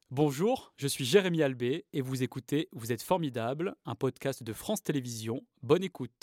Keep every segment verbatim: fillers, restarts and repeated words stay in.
Bonjour, je suis Jérémy Albé et vous écoutez Vous êtes formidable, un podcast de France Télévisions. Bonne écoute.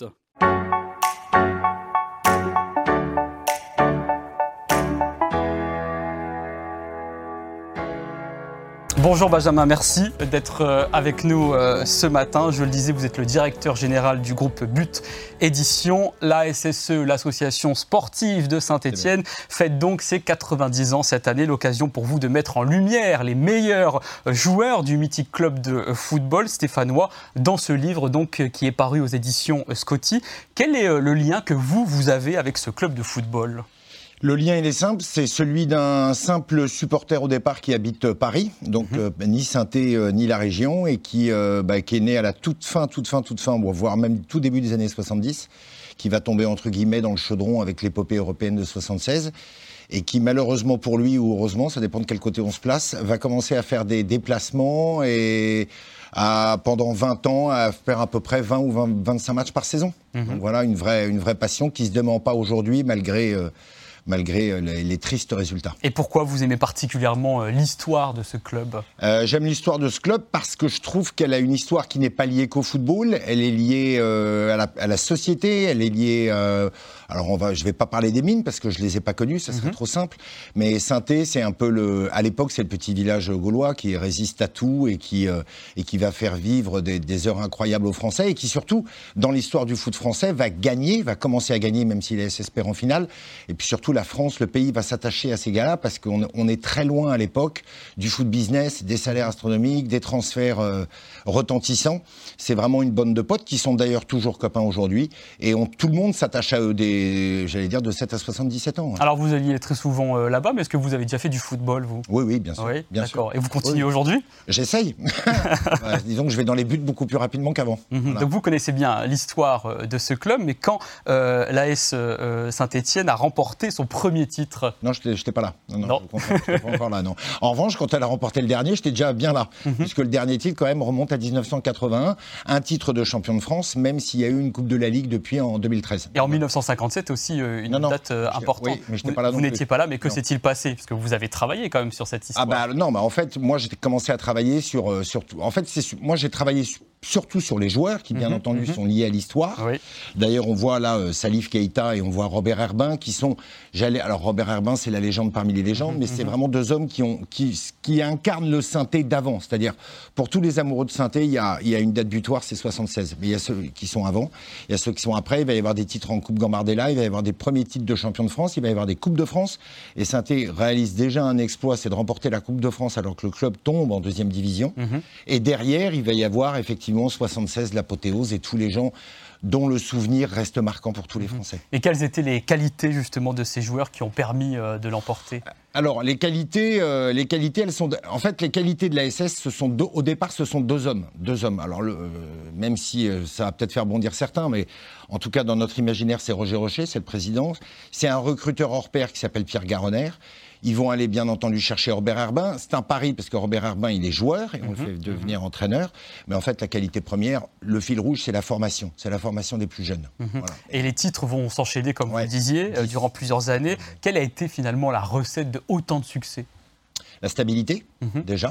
Bonjour Benjamin, merci d'être avec nous ce matin. Je le disais, vous êtes le directeur général du groupe But Édition. L'A S S E, l'association sportive de Saint-Étienne, fête donc ses quatre-vingt-dix ans cette année. L'occasion pour vous de mettre en lumière les meilleurs joueurs du mythique club de football stéphanois dans ce livre donc, qui est paru aux éditions Scotty. Quel est le lien que vous, vous avez avec ce club de football ? Le lien, il est simple, c'est celui d'un simple supporter au départ qui habite Paris, donc mmh. euh, ni Saint-Étienne euh, ni la région, et qui, euh, bah, qui est né à la toute fin, toute fin, toute fin, voire même tout début des années soixante-dix, qui va tomber entre guillemets dans le chaudron avec l'épopée européenne de soixante-seize, et qui malheureusement pour lui, ou heureusement, ça dépend de quel côté on se place, va commencer à faire des déplacements et... À, pendant vingt ans, à faire à peu près vingt ou vingt, vingt-cinq matchs par saison. Mmh. Donc voilà, une vraie, une vraie passion qui ne se dément pas aujourd'hui, malgré... Euh, malgré les, les tristes résultats. Et pourquoi vous aimez particulièrement euh, l'histoire de ce club ? euh, J'aime l'histoire de ce club parce que je trouve qu'elle a une histoire qui n'est pas liée qu'au football, elle est liée euh, à, la, à la société, elle est liée... Euh, alors on va, je ne vais pas parler des mines parce que je ne les ai pas connues, ça serait mm-hmm. trop simple, mais Saint-Étienne, c'est un peu le... À l'époque, c'est le petit village gaulois qui résiste à tout et qui, euh, et qui va faire vivre des, des heures incroyables aux Français et qui surtout, dans l'histoire du foot français, va gagner, va commencer à gagner même s'il est S S P en finale, et puis surtout la France, le pays va s'attacher à ces gars-là parce qu'on on est très loin à l'époque du foot business, des salaires astronomiques, des transferts euh, retentissants. C'est vraiment une bande de potes qui sont d'ailleurs toujours copains aujourd'hui et on, tout le monde s'attache à eux, des, j'allais dire de sept à soixante-dix-sept ans. Hein. Alors vous alliez très souvent euh, là-bas, mais est-ce que vous avez déjà fait du football, vous ? Oui, oui, bien sûr. Oui, bien d'accord. sûr. Et vous continuez oui. aujourd'hui ? J'essaye. Voilà, disons que je vais dans les buts beaucoup plus rapidement qu'avant. Mm-hmm. Voilà. Donc vous connaissez bien l'histoire de ce club, mais quand euh, l'A S euh, Saint-Étienne a remporté son premier titre. Non, je n'étais pas là. Non, non, non. Je n'étais pas encore là, non. En revanche, quand elle a remporté le dernier, j'étais déjà bien là. Mm-hmm. Puisque le dernier titre, quand même, remonte à dix-neuf cent quatre-vingt-un. Un titre de champion de France, même s'il y a eu une Coupe de la Ligue depuis en deux mille treize. Et en dix-neuf cent cinquante-sept aussi, euh, une non, date euh, importante. Oui, mais je n'étais pas là non Vous n'étiez plus. pas là, mais que non. s'est-il passé ? Parce que vous avez travaillé quand même sur cette histoire. Ah bah non, bah en fait, moi, j'ai commencé à travailler sur... Euh, sur en fait, c'est, moi, j'ai travaillé sur... surtout sur les joueurs qui, bien mmh, entendu, mmh. sont liés à l'histoire. Oui. D'ailleurs, on voit là euh, Salif Keïta et on voit Robert Herbin qui sont... J'allais, alors, Robert Herbin, c'est la légende parmi les légendes, mmh, mais mmh. c'est vraiment deux hommes qui, ont, qui, qui incarnent le synthé d'avant. C'est-à-dire, pour tous les amoureux de synthé, il y a, il y a une date butoir, c'est soixante-seize. Mais il y a ceux qui sont avant, il y a ceux qui sont après. Il va y avoir des titres en Coupe Gambardella, il va y avoir des premiers titres de champion de France, il va y avoir des Coupes de France. Et synthé réalise déjà un exploit, c'est de remporter la Coupe de France alors que le club tombe en deuxième division. Mmh. Et derrière, il va y avoir effectivement soixante-seize, l'apothéose et tous les gens dont le souvenir reste marquant pour tous les Français. Et quelles étaient les qualités justement de ces joueurs qui ont permis euh, de l'emporter ? Alors les qualités, euh, les qualités, elles sont, de... en fait, les qualités de l'A S S, ce sont deux... au départ, ce sont deux hommes, deux hommes. Alors le... euh, même si euh, ça va peut-être faire bondir certains, mais en tout cas dans notre imaginaire, c'est Roger Rocher, c'est le président. C'est un recruteur hors pair qui s'appelle Pierre Garonner. Ils vont aller bien entendu chercher Robert Herbin. C'est un pari parce que Robert Herbin, il est joueur et on mm-hmm. le fait devenir entraîneur. Mais en fait, la qualité première, le fil rouge, c'est la formation. C'est la formation des plus jeunes. Mm-hmm. Voilà. Et les titres vont s'enchaîner, comme ouais. vous le disiez, euh, durant plusieurs années. Ouais. Quelle a été finalement la recette de autant de succès ? La stabilité, mmh. déjà.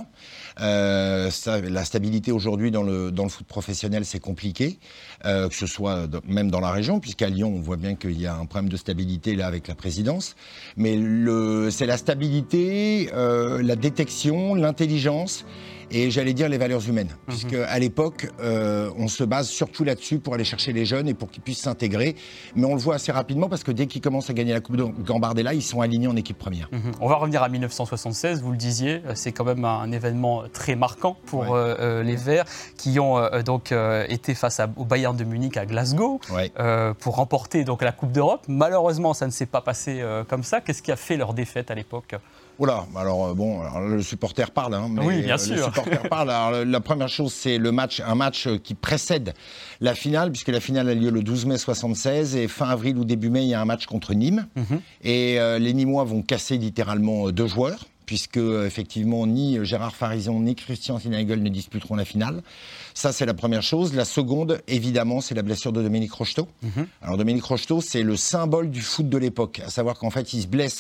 Euh, ça, la stabilité aujourd'hui dans le, dans le foot professionnel, c'est compliqué, euh, que ce soit dans, même dans la région, puisqu'à Lyon, on voit bien qu'il y a un problème de stabilité là avec la présidence. Mais le, c'est la stabilité, euh, la détection, l'intelligence et j'allais dire les valeurs humaines. Mmh. Puisque à l'époque, euh, on se base surtout là-dessus pour aller chercher les jeunes et pour qu'ils puissent s'intégrer. Mais on le voit assez rapidement parce que dès qu'ils commencent à gagner la Coupe de Gambardella, ils sont alignés en équipe première. Mmh. On va revenir à dix-neuf cent soixante-seize, vous le disiez, c'est quand même un événement très marquant pour ouais. euh, les Verts qui ont euh, donc euh, été face à, au Bayern de Munich à Glasgow ouais. euh, pour remporter donc la Coupe d'Europe. Malheureusement, ça ne s'est pas passé euh, comme ça. Qu'est-ce qui a fait leur défaite à l'époque ? Oula, alors bon, alors, le supporter parle, hein, mais oui, bien euh, sûr. Le supporter parle. Alors, la première chose, c'est le match, un match qui précède la finale, puisque la finale a lieu le douze mai soixante-seize et fin avril ou début mai, il y a un match contre Nîmes. Mm-hmm. Et euh, les Nîmois vont casser littéralement deux joueurs, puisque effectivement ni Gérard Farison ni Christian Tinagel ne disputeront la finale. Ça, c'est la première chose. La seconde, évidemment, c'est la blessure de Dominique Rocheteau. Mm-hmm. Alors Dominique Rocheteau, c'est le symbole du foot de l'époque, à savoir qu'en fait, il se blesse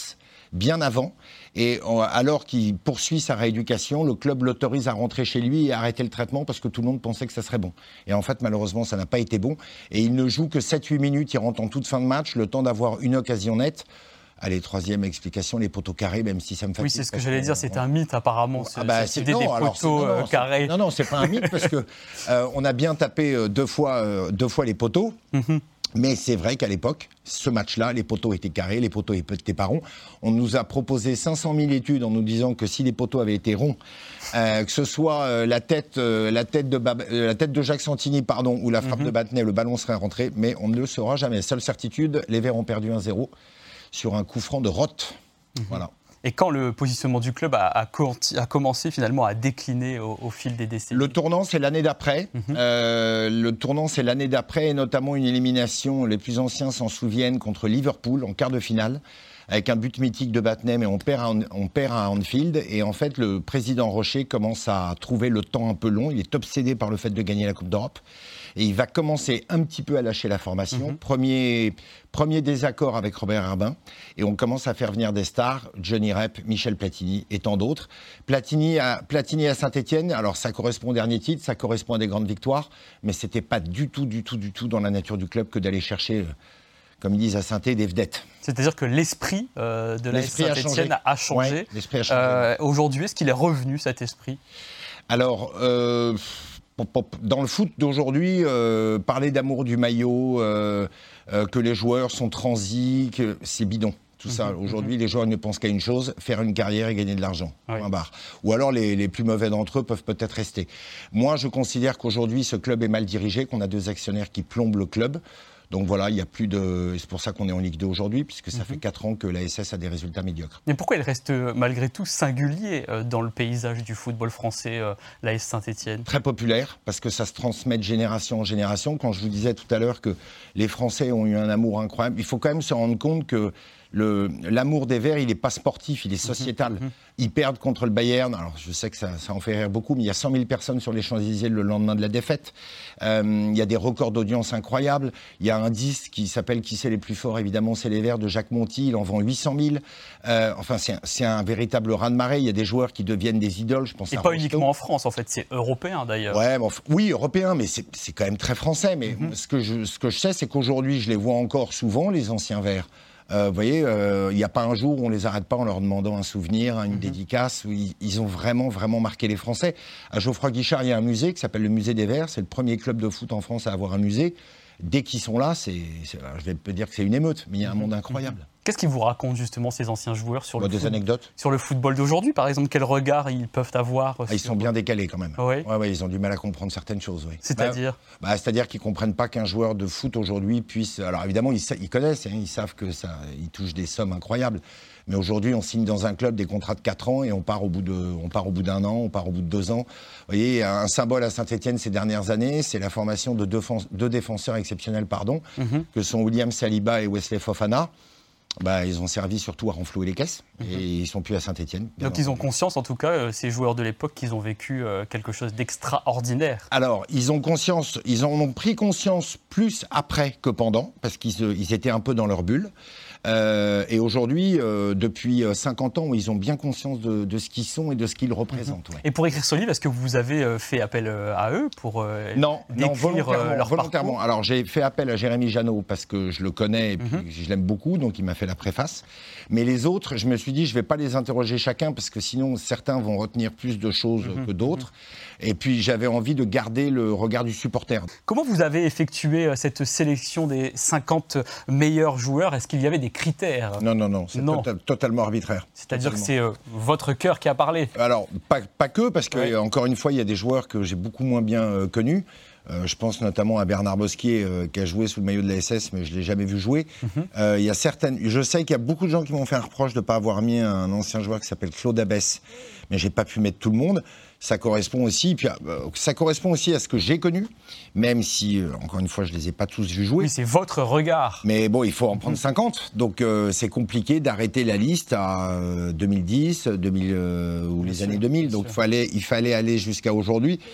bien avant. Et alors qu'il poursuit sa rééducation, le club l'autorise à rentrer chez lui et à arrêter le traitement parce que tout le monde pensait que ça serait bon. Et en fait, malheureusement, ça n'a pas été bon. Et il ne joue que sept huit minutes, il rentre en toute fin de match, le temps d'avoir une occasion nette. Allez, troisième explication, les poteaux carrés, même si ça me fatigue. Oui, c'est ce que j'allais dire, c'est un mythe apparemment, ah bah, c'est des poteaux non, non, carrés. Non, non, c'est pas un mythe parce que euh, on a bien tapé euh, deux, fois, euh, deux fois les poteaux. Mm-hmm. Mais c'est vrai qu'à l'époque, ce match-là, les poteaux étaient carrés, les poteaux étaient pas ronds. On nous a proposé cinq cent mille études en nous disant que si les poteaux avaient été ronds, euh, que ce soit euh, la, tête, euh, la, tête de Bab- euh, la tête de Jacques Santini pardon, ou la frappe mm-hmm. de Battenet, le ballon serait rentré. Mais on ne le saura jamais. Seule certitude, les Verts ont perdu un zéro sur un coup franc de Roth. Mmh. Voilà. Et quand le positionnement du club a, a, a commencé finalement à décliner au, au fil des décennies? Le tournant, c'est l'année d'après. Mmh. Euh, le tournant, c'est l'année d'après, et notamment une élimination, les plus anciens s'en souviennent, contre Liverpool en quart de finale, avec un but mythique de Battenet, mais on perd, à, on perd à Anfield. Et en fait, le président Rocher commence à trouver le temps un peu long. Il est obsédé par le fait de gagner la Coupe d'Europe. Et il va commencer un petit peu à lâcher la formation. Mmh. Premier, premier désaccord avec Robert Herbin. Et on commence à faire venir des stars, Johnny Rep, Michel Platini et tant d'autres. Platini à, Platini à Saint-Etienne, alors ça correspond au dernier titre, ça correspond à des grandes victoires, mais ce n'était pas du tout, du tout, du tout dans la nature du club que d'aller chercher, comme ils disent à Saint-Etienne, des vedettes. C'est-à-dire que l'esprit euh, de la Saint-Etienne a changé. A changé. Ouais, l'esprit a changé. Euh, aujourd'hui, est-ce qu'il est revenu, cet esprit? Alors... Euh, Dans le foot d'aujourd'hui, euh, parler d'amour du maillot, euh, euh, que les joueurs sont transis, que c'est bidon. Tout ça. Mmh, aujourd'hui, mmh. les joueurs ne pensent qu'à une chose, faire une carrière et gagner de l'argent. Oui. Point barre. Ou alors, les, les plus mauvais d'entre eux peuvent peut-être rester. Moi, je considère qu'aujourd'hui, ce club est mal dirigé, qu'on a deux actionnaires qui plombent le club. Donc voilà, il n'y a plus de... C'est pour ça qu'on est en Ligue deux aujourd'hui, puisque ça mmh. fait quatre ans que l'A S S a des résultats médiocres. Mais pourquoi il reste malgré tout singulier dans le paysage du football français, l'A S Saint-Etienne? Très populaire, parce que ça se transmet de génération en génération. Quand je vous disais tout à l'heure que les Français ont eu un amour incroyable, il faut quand même se rendre compte que Le, l'amour des Verts, il n'est pas sportif, il est sociétal. Mmh, mmh. Ils perdent contre le Bayern. Alors, je sais que ça, ça en fait rire beaucoup, mais il y a cent mille personnes sur les Champs-Élysées le lendemain de la défaite. Euh, il y a des records d'audience incroyables. Il y a un disque qui s'appelle « Qui c'est les plus forts ?» Évidemment, c'est les Verts de Jacques Monti. Il en vend huit cent mille. Euh, enfin, c'est un, c'est un véritable raz-de-marée. Il y a des joueurs qui deviennent des idoles. Je pense Et à pas Rocheteau. Uniquement en France, en fait. C'est européen, d'ailleurs. Ouais, bon, oui, européen, mais c'est, c'est quand même très français. Mais mmh. ce, que je, ce que je sais, c'est qu'aujourd'hui, je les vois encore souvent, les anciens Verts. Euh, vous voyez, il euh, n'y a pas un jour où on les arrête pas en leur demandant un souvenir, une mmh. dédicace. Où ils, ils ont vraiment, vraiment marqué les Français. À Geoffroy Guichard, il y a un musée qui s'appelle le Musée des Verts. C'est le premier club de foot en France à avoir un musée. Dès qu'ils sont là, c'est, c'est, je vais pas dire que c'est une émeute, mais il y a un monde incroyable. Mmh. Qu'est-ce qu'ils vous racontent justement ces anciens joueurs sur, bah, le, des foot, anecdotes. sur le football d'aujourd'hui, par exemple? Quel regard ils peuvent avoir? Ah, ils sont bien décalés quand même. Oui. Ouais, ouais, ils ont du mal à comprendre certaines choses. Oui. C'est-à-dire bah, bah, C'est-à-dire qu'ils ne comprennent pas qu'un joueur de foot aujourd'hui puisse... Alors évidemment, ils, ils connaissent, hein, ils savent que ça, ils touchent des sommes incroyables. Mais aujourd'hui, on signe dans un club des contrats de quatre ans et on part au bout de, on part au bout d'un an, on part au bout de deux ans. Vous voyez, un symbole à Saint-Etienne ces dernières années, c'est la formation de deux, deux défenseurs exceptionnels, pardon, mm-hmm. que sont William Saliba et Wesley Fofana. Bah, ils ont servi surtout à renflouer les caisses et mmh. ils ne sont plus à Saint-Etienne. Donc entendu. Ils ont conscience, en tout cas, euh, ces joueurs de l'époque, qu'ils ont vécu euh, quelque chose d'extraordinaire. Alors, ils ont conscience, ils en ont pris conscience plus après que pendant, parce qu'ils euh, ils étaient un peu dans leur bulle. Euh, et aujourd'hui, euh, depuis cinquante ans, ils ont bien conscience de, de ce qu'ils sont et de ce qu'ils représentent. Mmh. Ouais. Et pour écrire ce livre, est-ce que vous avez fait appel à eux pour euh, non, décrire non, volontairement, leur volontairement. parcours? Alors, j'ai fait appel à Jérémy Janot parce que je le connais et puis mmh. je l'aime beaucoup, donc il m'a fait la préface. Mais les autres, je me suis dit, je ne vais pas les interroger chacun parce que sinon, certains vont retenir plus de choses mmh. que d'autres. Et puis, j'avais envie de garder le regard du supporter. Comment vous avez effectué cette sélection des cinquante meilleurs joueurs? Est-ce qu'il y avait des critères? Non, non, non, c'est non. Total, totalement arbitraire. C'est-à-dire totalement. que c'est euh, votre cœur qui a parlé? Alors, pas, pas que, parce que, ouais. encore une fois, il y a des joueurs que j'ai beaucoup moins bien euh, connus. Euh, je pense notamment à Bernard Bosquier euh, qui a joué sous le maillot de la S S, mais je ne l'ai jamais vu jouer. Mm-hmm. Euh, y a certaines... Je sais qu'il y a beaucoup de gens qui m'ont fait un reproche de ne pas avoir mis un ancien joueur qui s'appelle Claude Abès, mais je n'ai pas pu mettre tout le monde. Ça correspond aussi, puis, euh, ça correspond aussi à ce que j'ai connu, même si, euh, encore une fois, je ne les ai pas tous vus jouer. Oui, c'est votre regard. Mais bon, il faut en prendre cinquante, donc euh, c'est compliqué d'arrêter la liste à euh, deux mille dix, deux mille, euh, ou bien les sûr, années deux mille, donc fallait, il fallait aller jusqu'à aujourd'hui.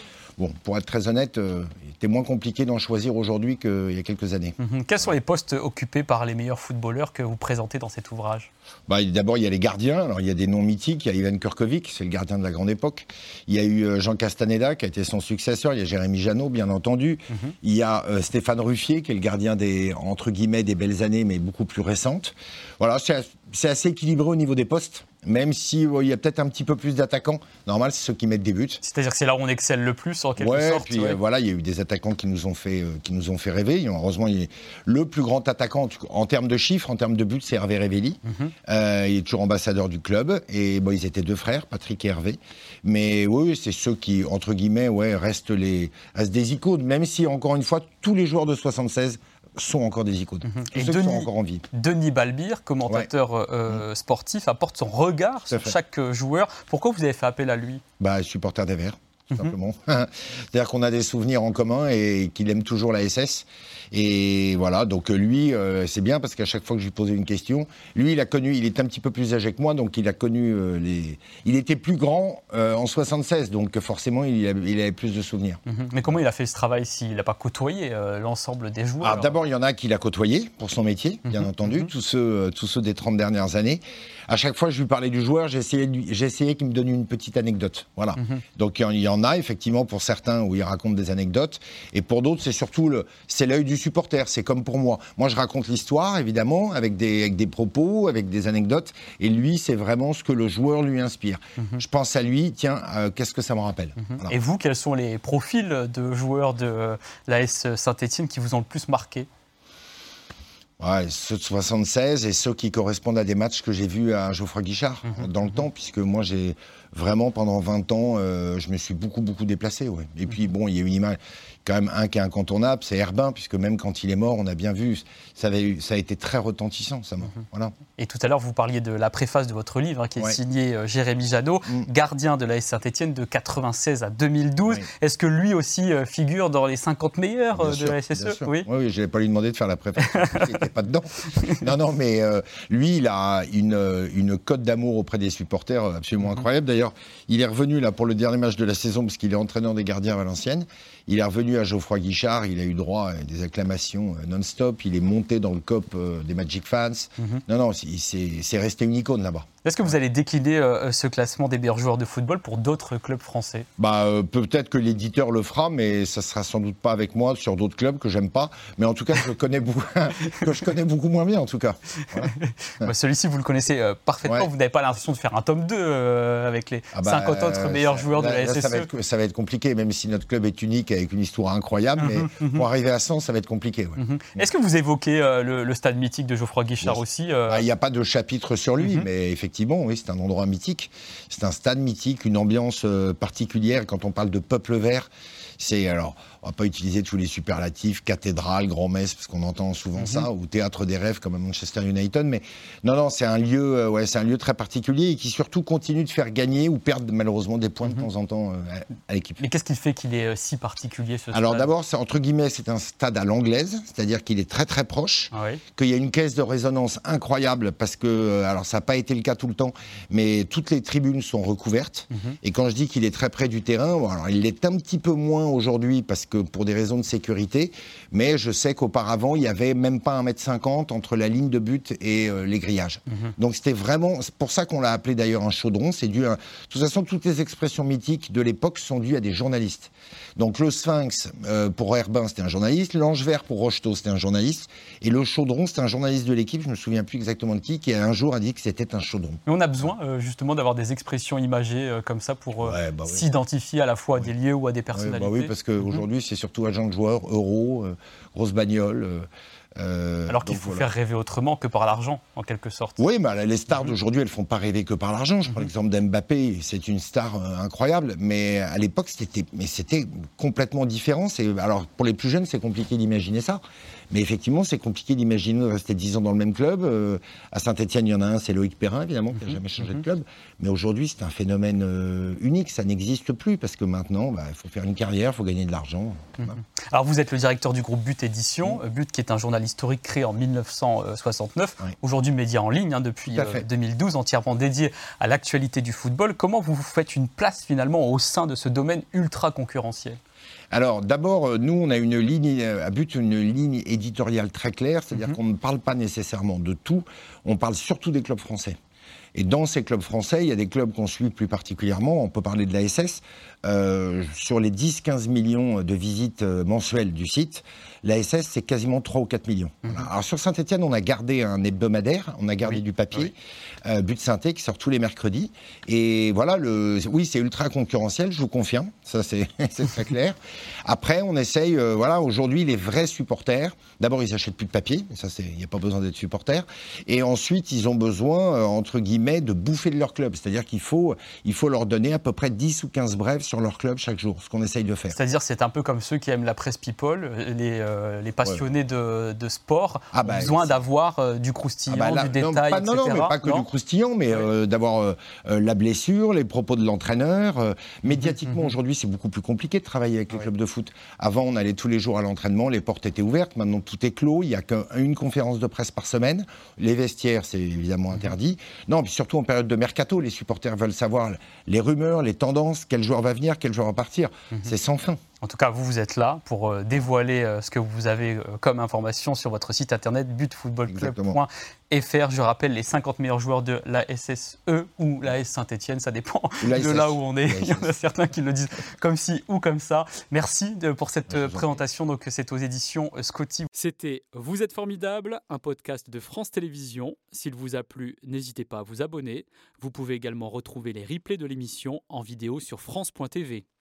bon, pour être très honnête, euh, il était moins compliqué d'en choisir aujourd'hui qu'il y a quelques années. Mmh. Quels sont les postes occupés par les meilleurs footballeurs que vous présentez dans cet ouvrage ? Bah, d'abord, il y a les gardiens. Alors, il y a des noms mythiques. Il y a Ivan Kurkovic, c'est le gardien de la grande époque. Il y a eu Jean Castaneda, qui a été son successeur. Il y a Jérémy Janot, bien entendu. Mmh. Il y a euh, Stéphane Ruffier, qui est le gardien des, entre guillemets, des belles années, mais beaucoup plus récentes. Voilà, c'est, c'est assez équilibré au niveau des postes. Même si euh, il y a peut-être un petit peu plus d'attaquants. Normal, c'est ceux qui mettent des buts. C'est-à-dire que c'est là où on excelle le plus, en quelque ouais, sorte. Puis, ouais, euh, voilà, il y a eu des attaquants qui nous ont fait, euh, qui nous ont fait rêver. Heureusement, il est le plus grand attaquant, en termes de chiffres, en termes de buts, c'est Hervé Révelli. Mm-hmm. Euh, il est toujours ambassadeur du club. Et bon, ils étaient deux frères, Patrick et Hervé. Mais oui, c'est ceux qui, entre guillemets, ouais, restent, les, restent des icônes. Même si, encore une fois, tous les joueurs de soixante-seize sont encore des icônes. Mmh. Et ceux Denis, qui sont encore en vie. Denis Balbir, commentateur ouais. euh, mmh. sportif, apporte son regard sur chaque joueur. Pourquoi vous avez fait appel à lui ? Bah, supporter des Verts, tout mmh. simplement. C'est-à-dire qu'on a des souvenirs en commun et qu'il aime toujours la S S. Et voilà, donc lui, euh, c'est bien parce qu'à chaque fois que je lui posais une question, lui, il a connu, il est un petit peu plus âgé que moi, donc il a connu euh, les... Il était plus grand euh, en soixante-seize, donc forcément, il, a, il avait plus de souvenirs. Mmh. Mais comment il a fait ce travail s'il n'a pas côtoyé euh, l'ensemble des joueurs ? Alors, d'abord, il y en a qu'il a côtoyé pour son métier, bien mmh. entendu, mmh. tous ceux, euh, tous ceux des trente dernières années. À chaque fois que je lui parlais du joueur, j'essayais, j'essayais qu'il me donne une petite anecdote. Voilà. Mmh. Donc il y en a effectivement pour certains où il raconte des anecdotes, et pour d'autres, c'est surtout le, c'est l'œil du supporter. C'est comme pour moi. Moi, je raconte l'histoire, évidemment, avec des, avec des propos, avec des anecdotes, et lui, c'est vraiment ce que le joueur lui inspire. Mmh. Je pense à lui, tiens, euh, qu'est-ce que ça me rappelle ? Mmh. Voilà. Et vous, quels sont les profils de joueurs de l'A S Saint-Étienne qui vous ont le plus marqué ? Ouais, ceux de soixante-seize et ceux qui correspondent à des matchs que j'ai vus à Geoffroy Guichard mmh. dans le temps, puisque moi, j'ai vraiment, pendant vingt ans, euh, je me suis beaucoup, beaucoup déplacé. Ouais. Et mmh. puis, bon, il y a une image, quand même un qui est incontournable, c'est Herbin, puisque même quand il est mort, on a bien vu, ça, avait eu, ça a été très retentissant, sa mort. Mmh. Voilà. Et tout à l'heure, vous parliez de la préface de votre livre, hein, qui est ouais. signé euh, Jérémy Janot, mmh. gardien de l'A S Saint-Étienne de quatre-vingt-seize à deux mille douze. Oui. Est-ce que lui aussi euh, figure dans les cinquante meilleurs euh, de sûr, la S S E ? Oui, oui, je n'avais pas lui demandé de faire la préface, il n'était pas dedans. Non, non, mais euh, lui, il a une, une cote d'amour auprès des supporters absolument mmh. incroyable. D'ailleurs, il est revenu là pour le dernier match de la saison, parce qu'il est entraîneur des gardiens à Valenciennes. Il est revenu à Geoffroy Guichard, il a eu droit à des acclamations non-stop, il est monté dans le C O P des Magic Fans. Mm-hmm. Non, non, c'est, c'est resté une icône là-bas. Est-ce que vous allez décliner euh, ce classement des meilleurs joueurs de football pour d'autres clubs français ? Bah, euh, peut-être que l'éditeur le fera, mais ça sera sans doute pas avec moi sur d'autres clubs que j'aime pas. Mais en tout cas, je connais beaucoup, que je connais beaucoup moins bien en tout cas. Voilà. Bah, celui-ci, vous le connaissez euh, parfaitement. Ouais. Vous n'avez pas l'impression de faire un tome deux euh, avec les ah bah, cinquante autres meilleurs ça, joueurs là, de la S S E. Là, ça, va être, ça va être compliqué, même si notre club est unique avec une histoire incroyable. Mm-hmm, mais mm-hmm. pour arriver à cent, ça va être compliqué. Ouais. Mm-hmm. Est-ce que vous évoquez euh, le, le stade mythique de Geoffroy Guichard yes. aussi euh... bah, il n'y a pas de chapitre sur lui, mm-hmm. mais effectivement, oui, c'est un endroit mythique. C'est un stade mythique, une ambiance euh, particulière. Quand on parle de peuple vert, c'est alors, on va pas utiliser tous les superlatifs, cathédrale, grand-messe, parce qu'on entend souvent mm-hmm. ça, ou théâtre des rêves comme à Manchester United. Mais non, non, c'est un lieu, euh, ouais, c'est un lieu très particulier et qui surtout continue de faire gagner ou perdre malheureusement des points mm-hmm. de temps en temps euh, à, à l'équipe. Mais qu'est-ce qui fait qu'il est euh, si particulier ce stade ? Alors d'abord, c'est, entre guillemets, c'est un stade à l'anglaise, c'est-à-dire qu'il est très très proche, ah oui. qu'il y a une caisse de résonance incroyable parce que, euh, alors ça n'a pas été le cas tout le temps, mais toutes les tribunes sont recouvertes. Mm-hmm. Et quand je dis qu'il est très près du terrain, bon, alors il l'est un petit peu moins aujourd'hui parce que pour des raisons de sécurité, mais je sais qu'auparavant, il n'y avait même pas un mètre cinquante entre la ligne de but et euh, les grillages. Mmh. Donc c'était vraiment, c'est pour ça qu'on l'a appelé d'ailleurs un chaudron, c'est dû à... De toute façon, toutes les expressions mythiques de l'époque sont dues à des journalistes. Donc le Sphinx, euh, pour Herbin, c'était un journaliste, l'Ange Vert pour Rocheteau, c'était un journaliste, et le chaudron, c'était un journaliste de l'équipe, je ne me souviens plus exactement de qui, qui un jour a dit que c'était un chaudron. Mais on a besoin euh, justement d'avoir des expressions imagées euh, comme ça pour euh, ouais, bah, s'identifier oui. à la fois à des lieux ou à des personnalités. Ouais, bah oui, parce qu'aujourd'hui, mmh. c'est surtout agent de joueur, euro, euh, grosse bagnole. Euh, euh, Alors qu'il faut voilà. faire rêver autrement que par l'argent, en quelque sorte. Oui, mais les stars mmh. d'aujourd'hui, elles ne font pas rêver que par l'argent. Je prends mmh. l'exemple d'Mbappé, c'est une star euh, incroyable, mais à l'époque, c'était, mais c'était complètement différent. C'est, alors, pour les plus jeunes, c'est compliqué d'imaginer ça. Mais effectivement, c'est compliqué d'imaginer de rester dix ans dans le même club. Euh, à Saint-Étienne, il y en a un, c'est Loïc Perrin, évidemment, qui n'a jamais changé mmh. de club. Mais aujourd'hui, c'est un phénomène euh, unique. Ça n'existe plus parce que maintenant, il faut faire une carrière, il faut gagner de l'argent. Mmh. Voilà. Alors, vous êtes le directeur du groupe But Édition. Mmh. But, qui est un journal l'historique créé en mille neuf cent soixante-neuf, oui. Aujourd'hui média en ligne hein, depuis euh, deux mille douze, entièrement dédié à l'actualité du football. Comment vous vous faites une place finalement au sein de ce domaine ultra concurrentiel ? Alors d'abord, nous on a une ligne à but, une ligne éditoriale très claire, c'est-à-dire mmh. qu'on ne parle pas nécessairement de tout, on parle surtout des clubs français. Et dans ces clubs français, il y a des clubs qu'on suit plus particulièrement. On peut parler de l'A S S. Euh, sur les dix à quinze millions de visites mensuelles du site, l'A S S, c'est quasiment trois ou quatre millions. Mmh. Voilà. Alors sur Saint-Etienne, on a gardé un hebdomadaire, on a gardé oui. du papier, oui. euh, But Saint-Etienne, qui sort tous les mercredis. Et voilà, le, oui, c'est ultra concurrentiel, je vous confirme. Ça, c'est, c'est très clair. Après, on essaye, euh, voilà, aujourd'hui, les vrais supporters, d'abord, ils n'achètent plus de papier. Ça, il n'y a pas besoin d'être supporter. Et ensuite, ils ont besoin, euh, entre guillemets, de bouffer de leur club. C'est-à-dire qu'il faut, il faut leur donner à peu près dix ou quinze brèves sur leur club chaque jour, ce qu'on essaye de faire. C'est-à-dire c'est un peu comme ceux qui aiment la presse people, les, euh, les passionnés ouais. de, de sport, ah bah, ont besoin c'est... d'avoir euh, du croustillant, ah bah là, du détail, non, pas, et cetera. Non, non, mais pas que non du croustillant, mais ouais. euh, d'avoir euh, la blessure, les propos de l'entraîneur. Euh, médiatiquement, mmh. aujourd'hui, c'est beaucoup plus compliqué de travailler avec les ouais. clubs de foot. Avant, on allait tous les jours à l'entraînement, les portes étaient ouvertes. Maintenant, tout est clos. Il n'y a qu'une conférence de presse par semaine. Les vestiaires, c'est évidemment interdit. Mmh. Non, puis surtout en période de mercato, les supporters veulent savoir les rumeurs, les tendances, quel joueur va venir, quel joueur va partir. Mmh. C'est sans fin. En tout cas, vous, vous êtes là pour euh, dévoiler euh, ce que vous avez euh, comme information sur votre site internet but football club point f r. Je rappelle les cinquante meilleurs joueurs de l'A S S E ou l'A S Saint-Etienne, ça dépend de là où on est. Il y en a certains qui le disent comme ci ou comme ça. Merci de, pour cette euh, présentation. Donc, c'est aux éditions euh, Scotty. C'était Vous êtes formidable, un podcast de France Télévisions. S'il vous a plu, n'hésitez pas à vous abonner. Vous pouvez également retrouver les replays de l'émission en vidéo sur France point t v.